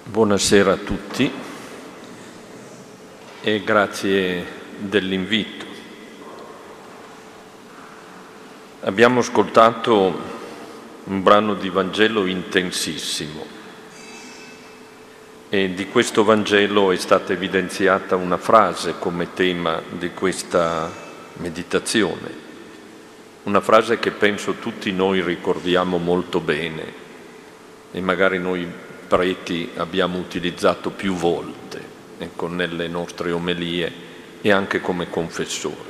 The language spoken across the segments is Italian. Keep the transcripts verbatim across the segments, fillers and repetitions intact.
Buonasera a tutti e grazie dell'invito. Abbiamo ascoltato un brano di Vangelo intensissimo e di questo Vangelo è stata evidenziata una frase come tema di questa meditazione, una frase che penso tutti noi ricordiamo molto bene e magari noi preti abbiamo utilizzato più volte, ecco, nelle nostre omelie e anche come confessore.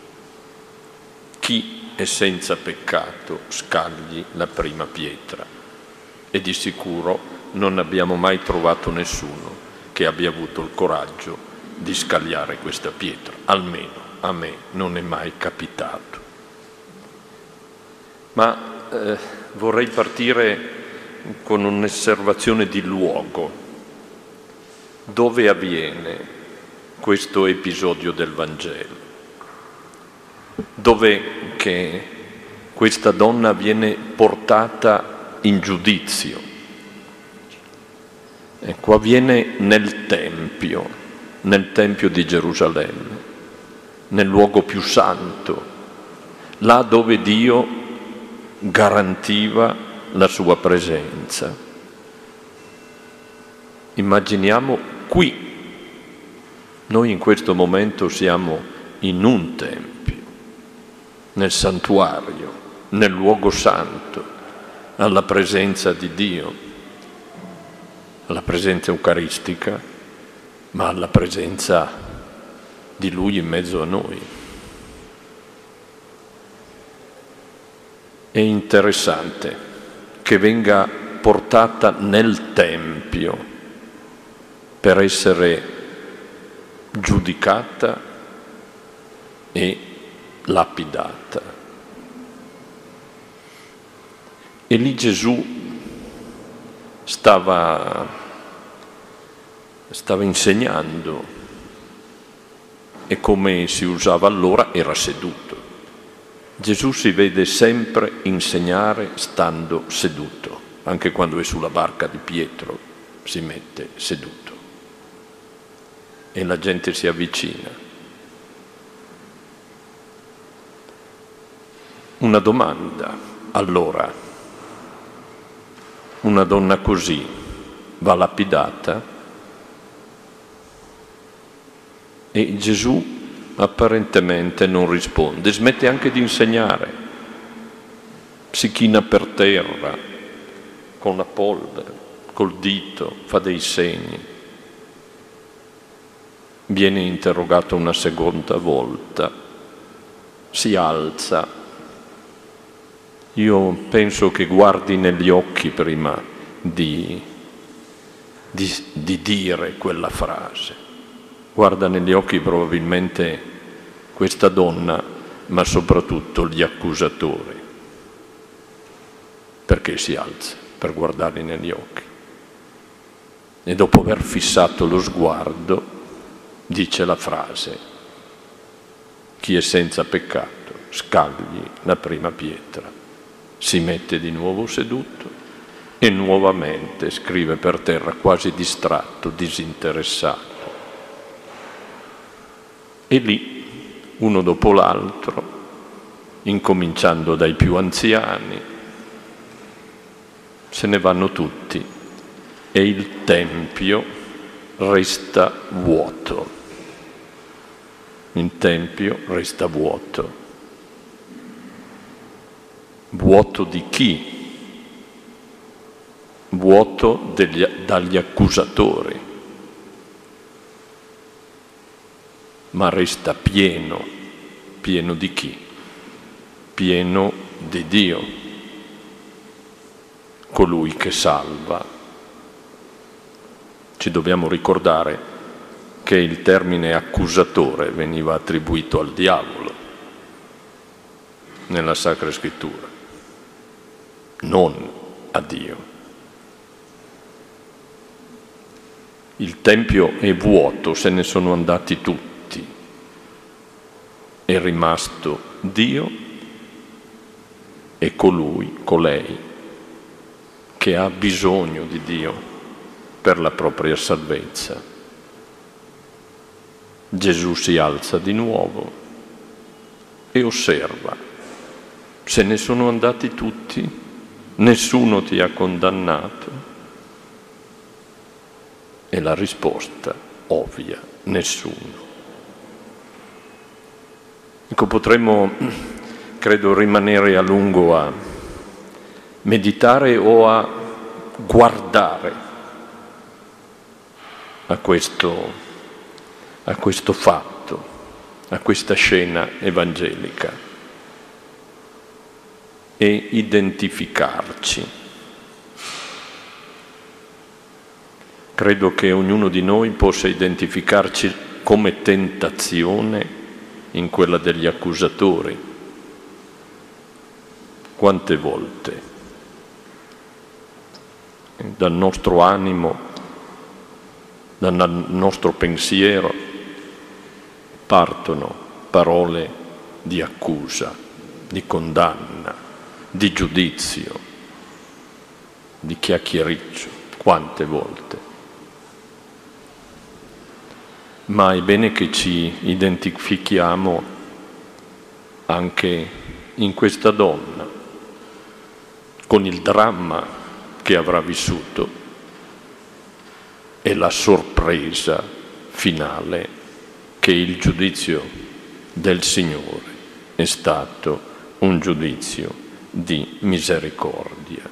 Chi è senza peccato scagli la prima pietra. E di sicuro non abbiamo mai trovato nessuno che abbia avuto il coraggio di scagliare questa pietra, almeno a me non è mai capitato. Ma eh, vorrei partire con un'osservazione di luogo. Dove avviene questo episodio del Vangelo? Dove che questa donna viene portata in giudizio? Ecco, avviene nel Tempio, nel Tempio di Gerusalemme, nel luogo più santo, là dove Dio garantiva la sua presenza. Immaginiamo qui, noi in questo momento siamo in un tempio, nel santuario, nel luogo santo, alla presenza di Dio, alla presenza eucaristica, ma alla presenza di Lui in mezzo a noi. È interessante che venga portata nel Tempio per essere giudicata e lapidata. E lì Gesù stava, stava insegnando e come si usava allora era seduto. Gesù si vede sempre insegnare stando seduto, anche quando è sulla barca di Pietro si mette seduto e la gente si avvicina. Una domanda, allora, una donna così va lapidata? E Gesù apparentemente non risponde, smette anche di insegnare, si china per terra con la polvere, col dito, fa dei segni. Viene interrogato una seconda volta, si alza. Io penso che guardi negli occhi prima di, di, di dire quella frase. Guarda negli occhi probabilmente questa donna, ma soprattutto gli accusatori. Perché si alza? Per guardarli negli occhi. E dopo aver fissato lo sguardo, dice la frase: chi è senza peccato scagli la prima pietra. Si mette di nuovo seduto e nuovamente scrive per terra, quasi distratto, disinteressato. E lì, uno dopo l'altro, incominciando dai più anziani, se ne vanno tutti e il Tempio resta vuoto. Il Tempio resta vuoto. Vuoto di chi? Vuoto degli, dagli accusatori. Ma resta pieno, pieno di chi? Pieno di Dio, colui che salva. Ci dobbiamo ricordare che il termine accusatore veniva attribuito al diavolo nella Sacra Scrittura, non a Dio. Il Tempio è vuoto, se ne sono andati tutti. È rimasto Dio e colui, colei, che ha bisogno di Dio, per la propria salvezza. Gesù si alza di nuovo e osserva: se ne sono andati tutti, nessuno ti ha condannato? E la risposta ovvia: nessuno. Ecco, potremmo, credo, rimanere a lungo a meditare o a guardare a questo, a questo fatto, a questa scena evangelica e identificarci. Credo che ognuno di noi possa identificarci come tentazione in quella degli accusatori. Quante volte dal nostro animo, dal nostro pensiero partono parole di accusa, di condanna, di giudizio, di chiacchiericcio, quante volte. Ma è bene che ci identifichiamo anche in questa donna, con il dramma che avrà vissuto e la sorpresa finale che il giudizio del Signore è stato un giudizio di misericordia,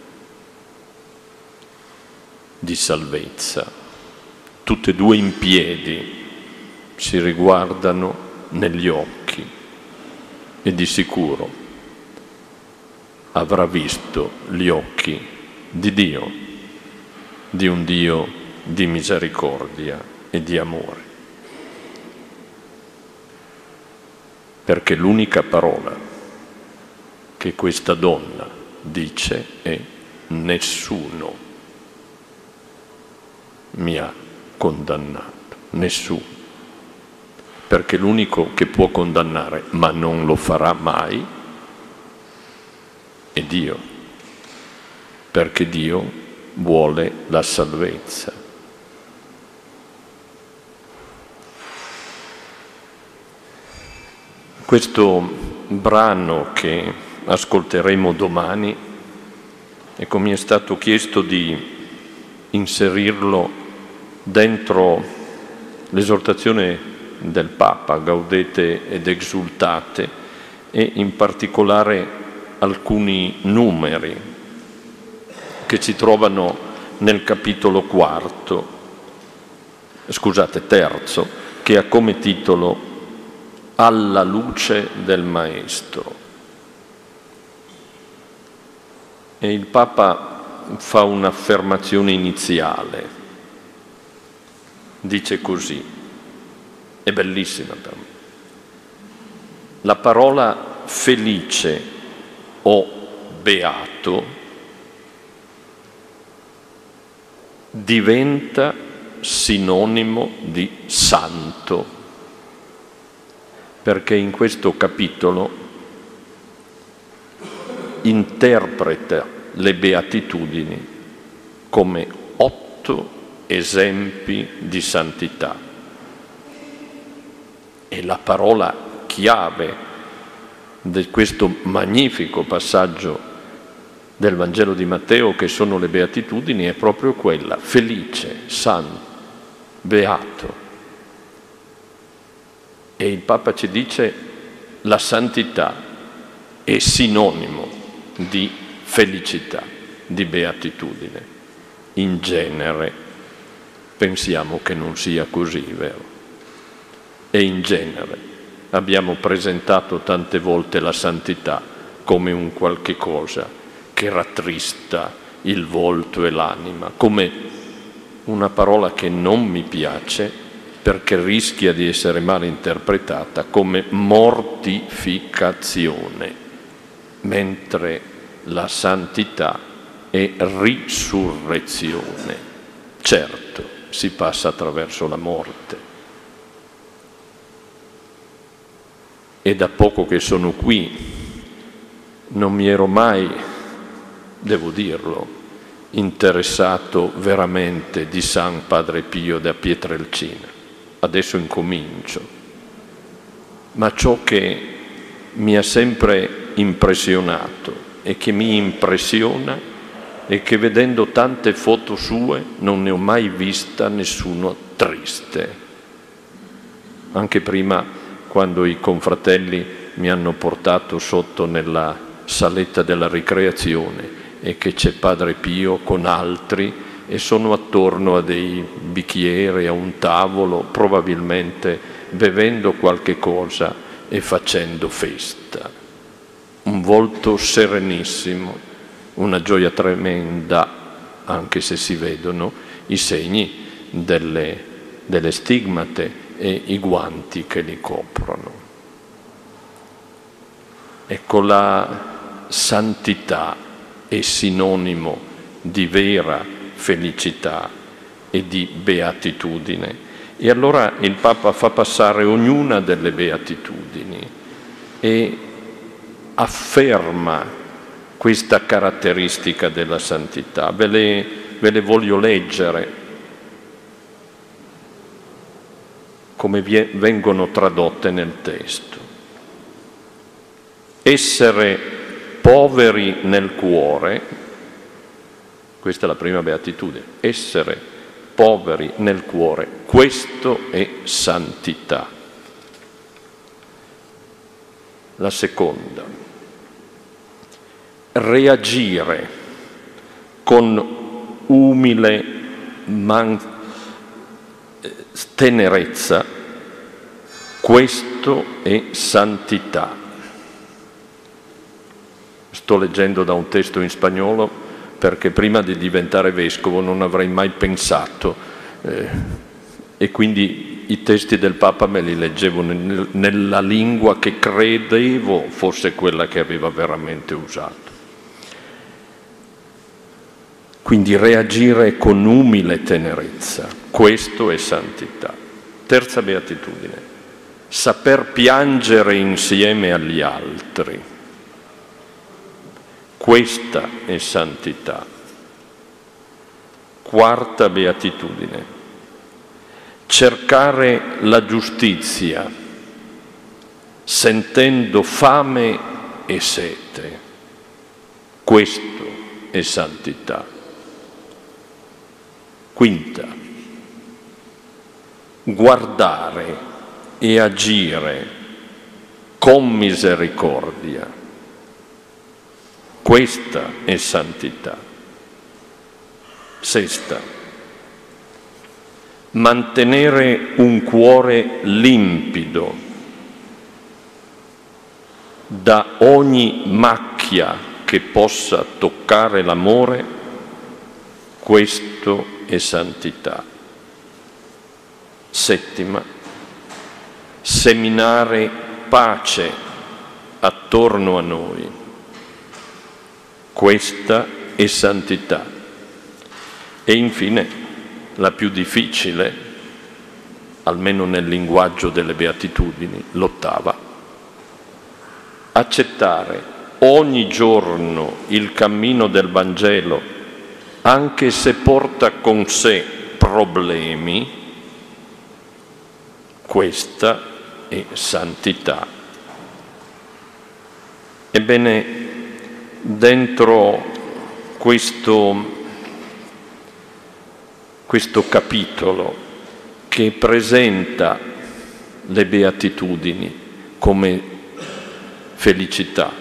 di salvezza. Tutte e due in piedi si riguardano negli occhi e di sicuro avrà visto gli occhi di Dio, di un Dio di misericordia e di amore. Perché l'unica parola che questa donna dice è: nessuno mi ha condannato, nessuno. Perché l'unico che può condannare, ma non lo farà mai, è Dio. Perché Dio vuole la salvezza. Questo brano che ascolteremo domani, ecco, mi è stato chiesto di inserirlo dentro l'esortazione del Papa, Gaudete ed Exultate, e in particolare alcuni numeri che si trovano nel capitolo quarto, scusate, terzo, che ha come titolo Alla luce del Maestro. E il Papa fa un'affermazione iniziale, dice così, è bellissima per me: la parola felice o beato diventa sinonimo di santo, perché in questo capitolo interpreta le beatitudini come otto esempi di santità. E la parola chiave di questo magnifico passaggio del Vangelo di Matteo, che sono le beatitudini, è proprio quella: felice, santo, beato. E il Papa ci dice: la santità è sinonimo di felicità, di beatitudine. In genere pensiamo che non sia così, vero? E in genere abbiamo presentato tante volte la santità come un qualche cosa che rattrista il volto e l'anima, come una parola che non mi piace perché rischia di essere mal interpretata come mortificazione, mentre la santità è risurrezione. Certo, si passa attraverso la morte. E da poco che sono qui non mi ero mai, devo dirlo, interessato veramente di San Padre Pio da Pietrelcina. Adesso incomincio. Ma ciò che mi ha sempre impressionato e che mi impressiona è che vedendo tante foto sue non ne ho mai vista nessuno triste. Anche prima, quando i confratelli mi hanno portato sotto nella saletta della ricreazione e che c'è Padre Pio con altri e sono attorno a dei bicchieri, a un tavolo, probabilmente bevendo qualche cosa e facendo festa. Un volto serenissimo, una gioia tremenda, anche se si vedono i segni delle, delle stigmate e i guanti che li coprono. Ecco, la santità è sinonimo di vera felicità e di beatitudine. E allora il Papa fa passare ognuna delle beatitudini e afferma questa caratteristica della santità. Ve le, ve le voglio leggere come vengono tradotte nel testo. Essere poveri nel cuore, questa è la prima beatitudine, essere poveri nel cuore, questo è santità. La seconda, reagire con umile man- tenerezza, questo è santità. Sto leggendo da un testo in spagnolo perché prima di diventare vescovo non avrei mai pensato eh, e quindi i testi del Papa me li leggevo nel, nella lingua che credevo fosse quella che aveva veramente usato. Quindi reagire con umile tenerezza, questo è santità. Terza beatitudine, saper piangere insieme agli altri. Questa è santità. Quarta beatitudine, cercare la giustizia, sentendo fame e sete. Questo è santità. Quinta, guardare e agire con misericordia. Questa è santità. Sesta, mantenere un cuore limpido da ogni macchia che possa toccare l'amore, questo è santità. Settima, seminare pace attorno a noi. Questa è santità. E infine, la più difficile, almeno nel linguaggio delle beatitudini, l'ottava, accettare ogni giorno il cammino del Vangelo, anche se porta con sé problemi, questa è santità. Ebbene, dentro questo, questo capitolo che presenta le beatitudini come felicità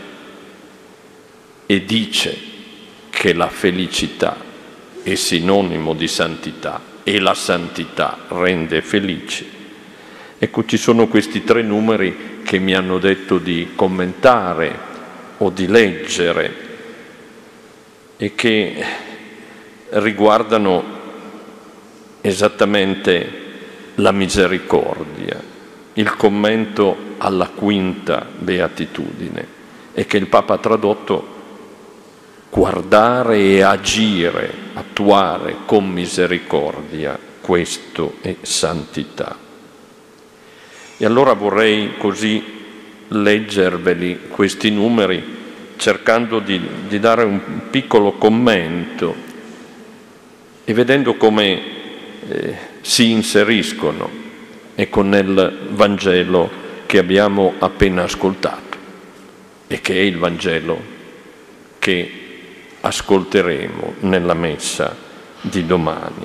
e dice che la felicità è sinonimo di santità e la santità rende felici. Ecco, ci sono questi tre numeri che mi hanno detto di commentare o di leggere e che riguardano esattamente la misericordia, il commento alla quinta beatitudine, e che il Papa ha tradotto guardare e agire, attuare con misericordia, questo è santità. E allora vorrei così leggerveli questi numeri cercando di, di dare un piccolo commento e vedendo come eh, si inseriscono, ecco, nel Vangelo che abbiamo appena ascoltato e che è il Vangelo che ascolteremo nella messa di domani.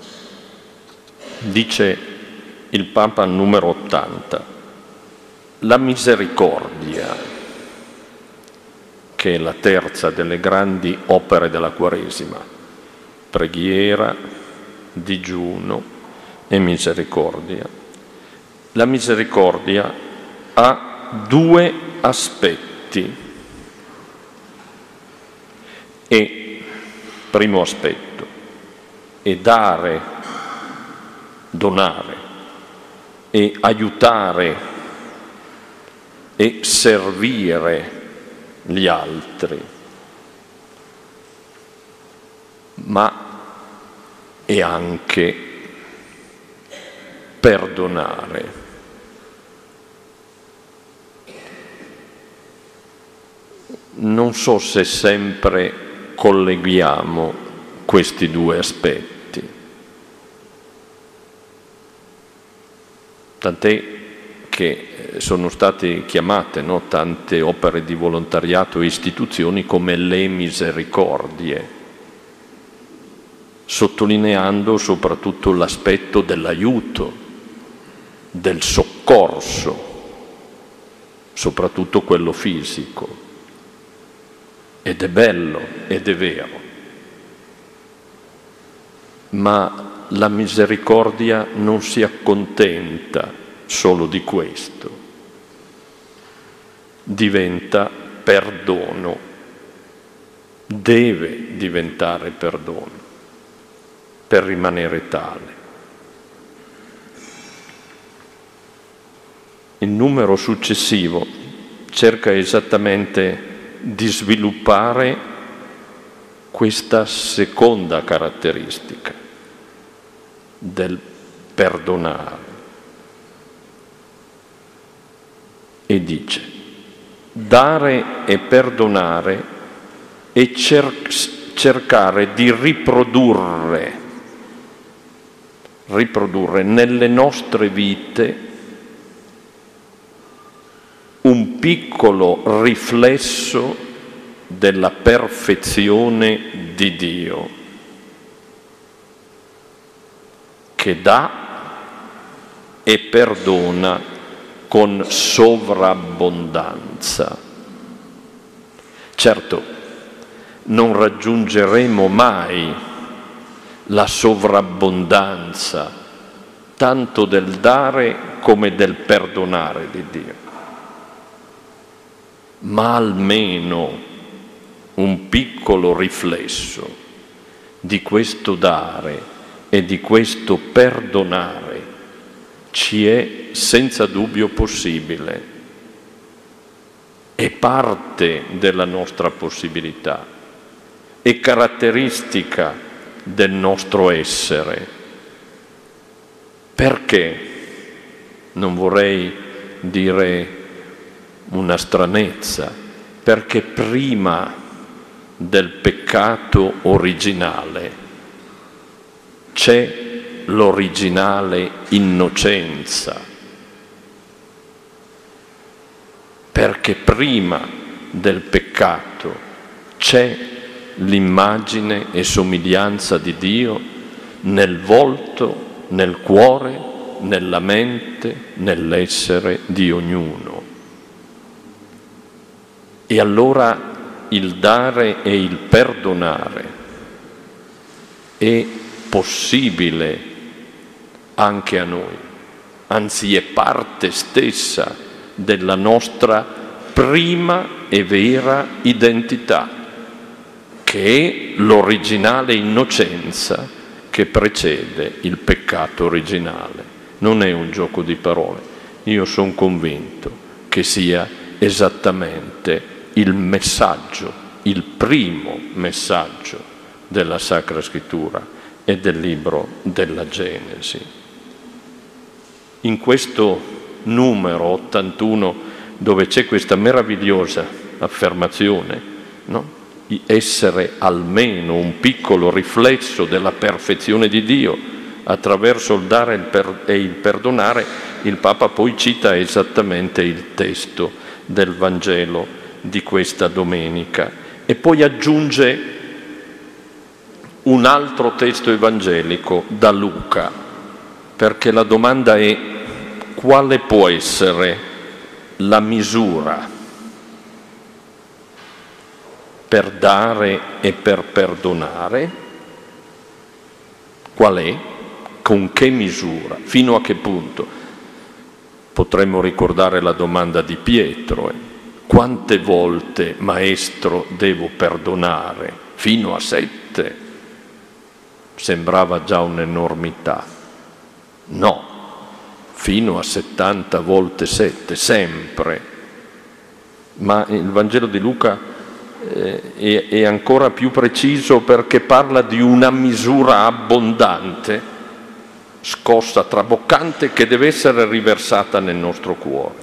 Dice il Papa numero ottanta, la misericordia, che è la terza delle grandi opere della Quaresima, preghiera, digiuno e misericordia. La misericordia ha due aspetti. E, primo aspetto, è dare, donare, e aiutare e servire gli altri, ma è anche perdonare. Non so se sempre colleghiamo questi due aspetti, tant'è che sono state chiamate, no, tante opere di volontariato e istituzioni come le misericordie, sottolineando soprattutto l'aspetto dell'aiuto, del soccorso, soprattutto quello fisico. Ed è bello, ed è vero, ma la misericordia non si accontenta solo di questo, diventa perdono, deve diventare perdono per rimanere tale. Il numero successivo cerca esattamente di sviluppare questa seconda caratteristica del perdonare e dice: dare e perdonare e cer- cercare di riprodurre, riprodurre nelle nostre vite un piccolo riflesso della perfezione di Dio, che dà e perdona con sovrabbondanza. Certo, non raggiungeremo mai la sovrabbondanza tanto del dare come del perdonare di Dio, ma almeno un piccolo riflesso di questo dare e di questo perdonare ci è senza dubbio possibile, è parte della nostra possibilità, è caratteristica del nostro essere. Perché? Non vorrei dire una stranezza, perché prima del peccato originale c'è l'originale innocenza, perché prima del peccato c'è l'immagine e somiglianza di Dio nel volto, nel cuore, nella mente, nell'essere di ognuno. E allora il dare e il perdonare è possibile anche a noi, anzi è parte stessa della nostra prima e vera identità, che è l'originale innocenza che precede il peccato originale. Non è un gioco di parole, io sono convinto che sia esattamente il messaggio, il primo messaggio della Sacra Scrittura e del libro della Genesi. In questo numero ottantuno, dove c'è questa meravigliosa affermazione, no? essere almeno un piccolo riflesso della perfezione di Dio attraverso il dare e il perdonare, il Papa poi cita esattamente il testo del Vangelo di questa domenica e poi aggiunge un altro testo evangelico da Luca, perché la domanda è: quale può essere la misura per dare e per perdonare? Qual è? Con che misura? Fino a che punto? Potremmo ricordare la domanda di Pietro: eh? Quante volte, maestro, devo perdonare? Fino a sette? Sembrava già un'enormità. No, fino a settanta volte sette, sempre. Ma il Vangelo di Luca eh, è, è ancora più preciso, perché parla di una misura abbondante, scossa, traboccante, che deve essere riversata nel nostro cuore.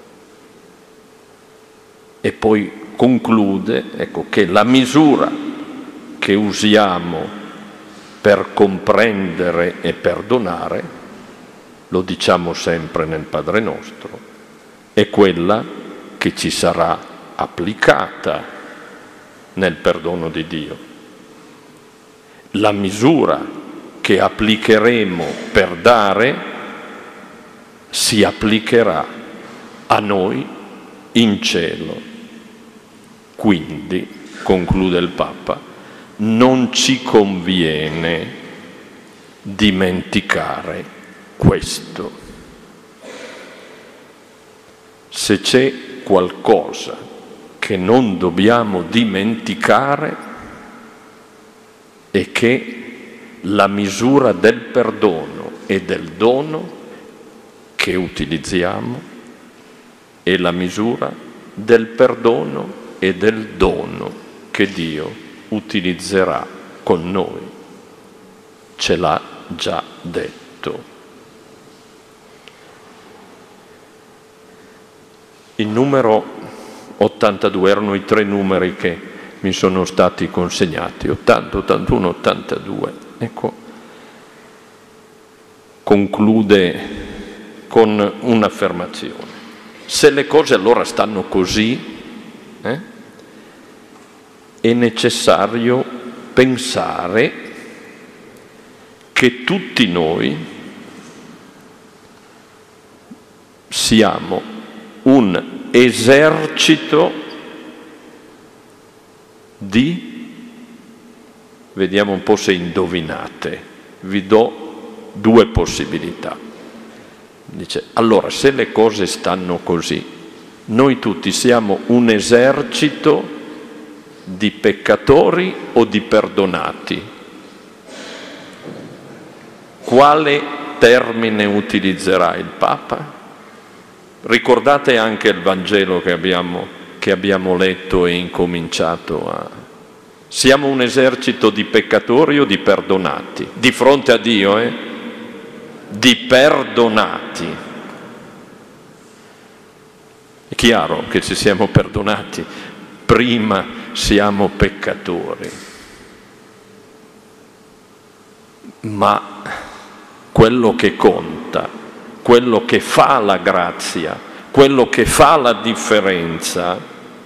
E poi conclude, ecco, che la misura che usiamo per comprendere e perdonare, lo diciamo sempre nel Padre Nostro, è quella che ci sarà applicata nel perdono di Dio. La misura che applicheremo per dare si applicherà a noi in cielo. Quindi, conclude il Papa, non ci conviene dimenticare questo. Se c'è qualcosa che non dobbiamo dimenticare è che la misura del perdono e del dono che utilizziamo è la misura del perdono e del dono che Dio utilizzerà con noi. Ce l'ha già detto. Il numero ottantadue, erano i tre numeri che mi sono stati consegnati, ottanta, ottantuno, ottantadue. Ecco, conclude con un'affermazione. Se le cose allora stanno così, eh, è necessario pensare che tutti noi siamo un esercito di, vediamo un po' se indovinate, vi do due possibilità. Dice, allora, se le cose stanno così, noi tutti siamo un esercito di peccatori o di perdonati? Quale termine utilizzerà il Papa? Ricordate anche il Vangelo che abbiamo, che abbiamo letto e incominciato a... Siamo un esercito di peccatori o di perdonati? Di fronte a Dio, eh? Di perdonati. È chiaro che se siamo perdonati, prima siamo peccatori. Ma quello che conta, quello che fa la grazia, quello che fa la differenza,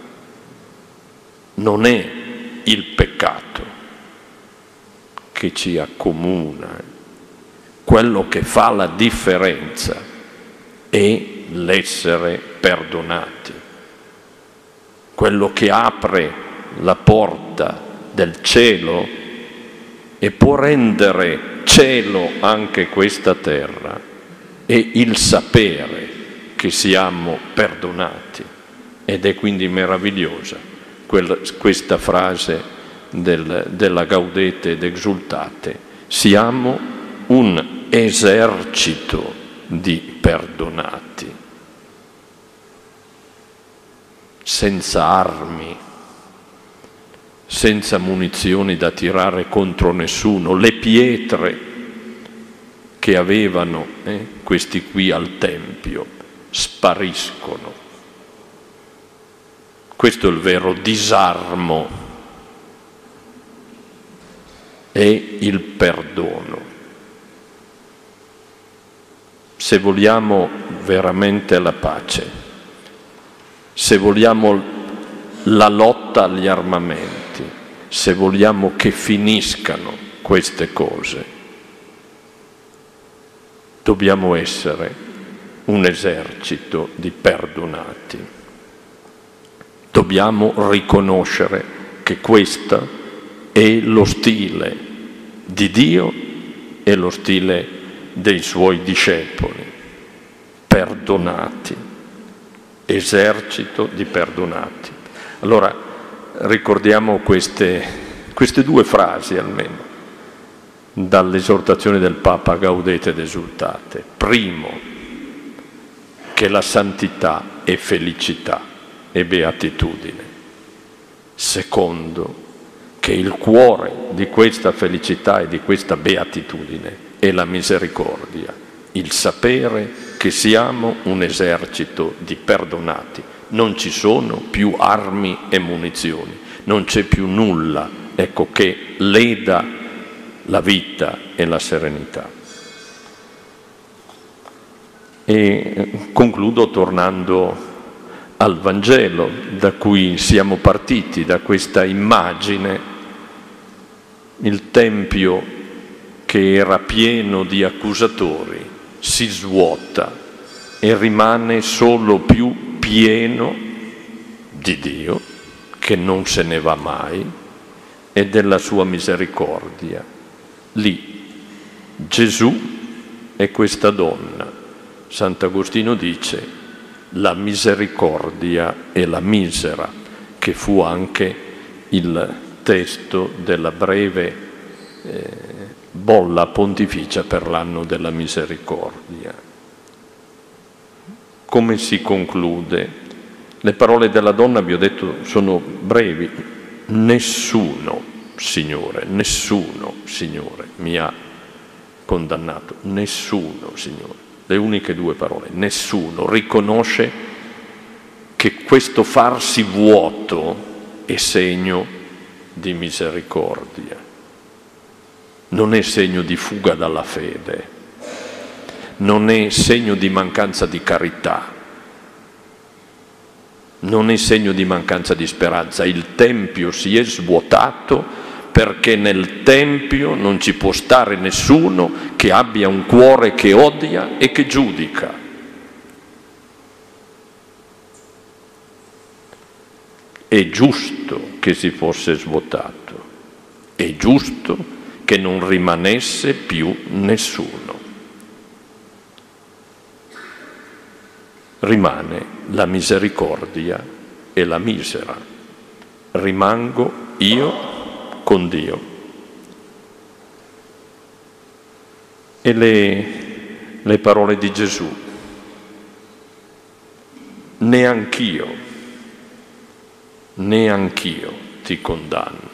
non è il peccato che ci accomuna. Quello che fa la differenza è l'essere perdonati. Quello che apre la porta del cielo e può rendere cielo anche questa terra è il sapere che siamo perdonati. Ed è quindi meravigliosa quella, questa frase del, della Gaudete ed Exultate: siamo un esercito di perdonati, senza armi, senza munizioni da tirare contro nessuno. Le pietre che avevano eh, questi qui al Tempio spariscono. Questo è il vero disarmo è il perdono. Se vogliamo veramente la pace, se vogliamo la lotta agli armamenti, se vogliamo che finiscano queste cose, dobbiamo essere un esercito di perdonati. Dobbiamo riconoscere che questo è lo stile di Dio e lo stile dei suoi discepoli, perdonati, esercito di perdonati. Allora ricordiamo queste, queste due frasi almeno dall'esortazione del Papa Gaudete ed Esultate. Primo, che la santità è felicità e beatitudine. Secondo, che il cuore di questa felicità e di questa beatitudine è la misericordia, il sapere che siamo un esercito di perdonati. Non ci sono più armi e munizioni, non c'è più nulla, ecco, che leda la vita e la serenità. E concludo tornando al Vangelo da cui siamo partiti, da questa immagine, il Tempio che era pieno di accusatori si svuota e rimane solo più pieno di Dio, che non se ne va mai, e della sua misericordia. Lì Gesù e questa donna. Sant'Agostino dice: la misericordia e la misera, che fu anche il testo della breve eh, bolla pontificia per l'anno della misericordia. Come si conclude? Le parole della donna, vi ho detto, sono brevi. Nessuno, Signore, nessuno, Signore, mi ha condannato. Nessuno, Signore. Le uniche due parole. Nessuno riconosce che questo farsi vuoto è segno di misericordia. Non è segno di fuga dalla fede, non è segno di mancanza di carità, non è segno di mancanza di speranza. Il Tempio si è svuotato perché nel Tempio non ci può stare nessuno che abbia un cuore che odia e che giudica. È giusto che si fosse svuotato, è giusto che non rimanesse più nessuno. Rimane la misericordia e la misera. Rimango io con Dio. E le, le parole di Gesù: neanch'io, neanch'io ti condanno.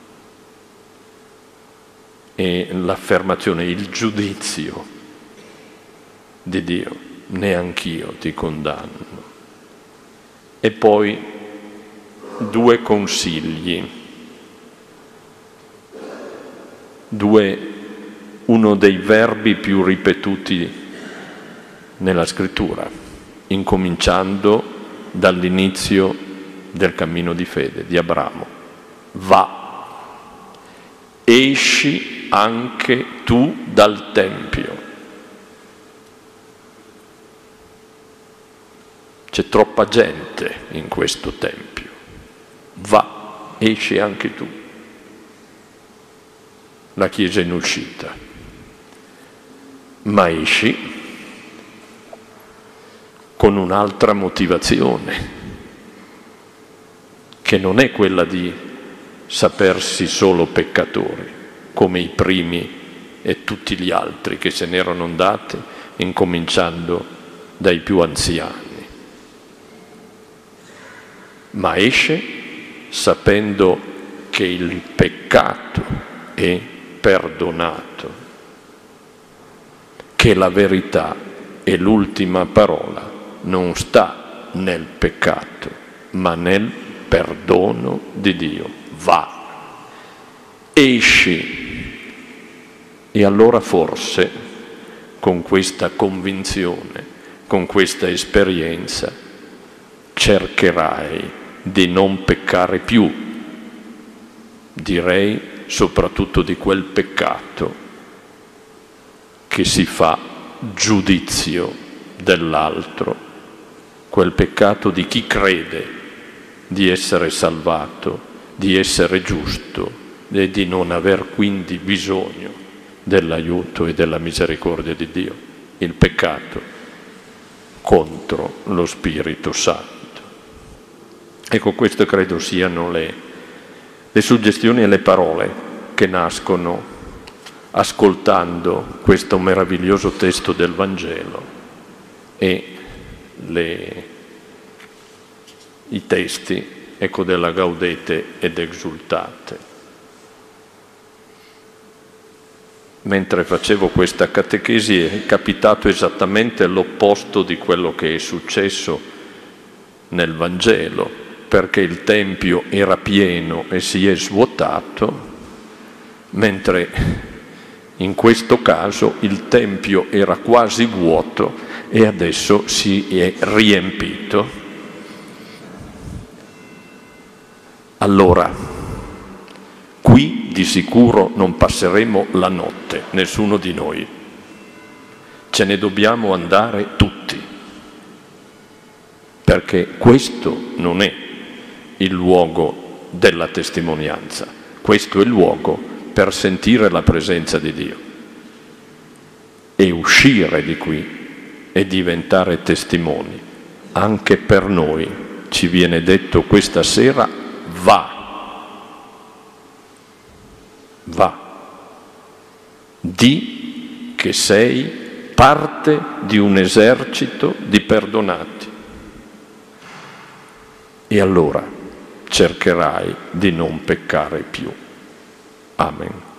E l'affermazione, il giudizio di Dio: neanch'io ti condanno. E poi due consigli, due, uno dei verbi più ripetuti nella Scrittura, incominciando dall'inizio del cammino di fede di Abramo: va, esci anche tu dal Tempio. C'è troppa gente in questo Tempio. Va, esci anche tu. La Chiesa è in uscita. Ma esci con un'altra motivazione, che non è quella di sapersi solo peccatori, come i primi e tutti gli altri che se n'erano andati, incominciando dai più anziani. Ma esce sapendo che il peccato è perdonato, che la verità e l'ultima parola non sta nel peccato, ma nel perdono di Dio. Va, esci E allora forse, con questa convinzione, con questa esperienza, cercherai di non peccare più, direi soprattutto di quel peccato che si fa giudizio dell'altro, quel peccato di chi crede di essere salvato, di essere giusto e di non aver quindi bisogno dell'aiuto e della misericordia di Dio, il peccato contro lo Spirito Santo. Ecco, queste credo siano le, le suggestioni e le parole che nascono ascoltando questo meraviglioso testo del Vangelo e le, i testi, ecco, della Gaudete ed Exultate. Mentre facevo questa catechesi è capitato esattamente l'opposto di quello che è successo nel Vangelo, perché il Tempio era pieno e si è svuotato, mentre in questo caso il Tempio era quasi vuoto e adesso si è riempito. Allora, qui di sicuro non passeremo la notte, nessuno di noi. Ce ne dobbiamo andare tutti, perché questo non è il luogo della testimonianza, questo è il luogo per sentire la presenza di Dio e uscire di qui e diventare testimoni. Anche per noi ci viene detto questa sera: va. Va, di che sei parte di un esercito di perdonati e allora cercherai di non peccare più. Amen.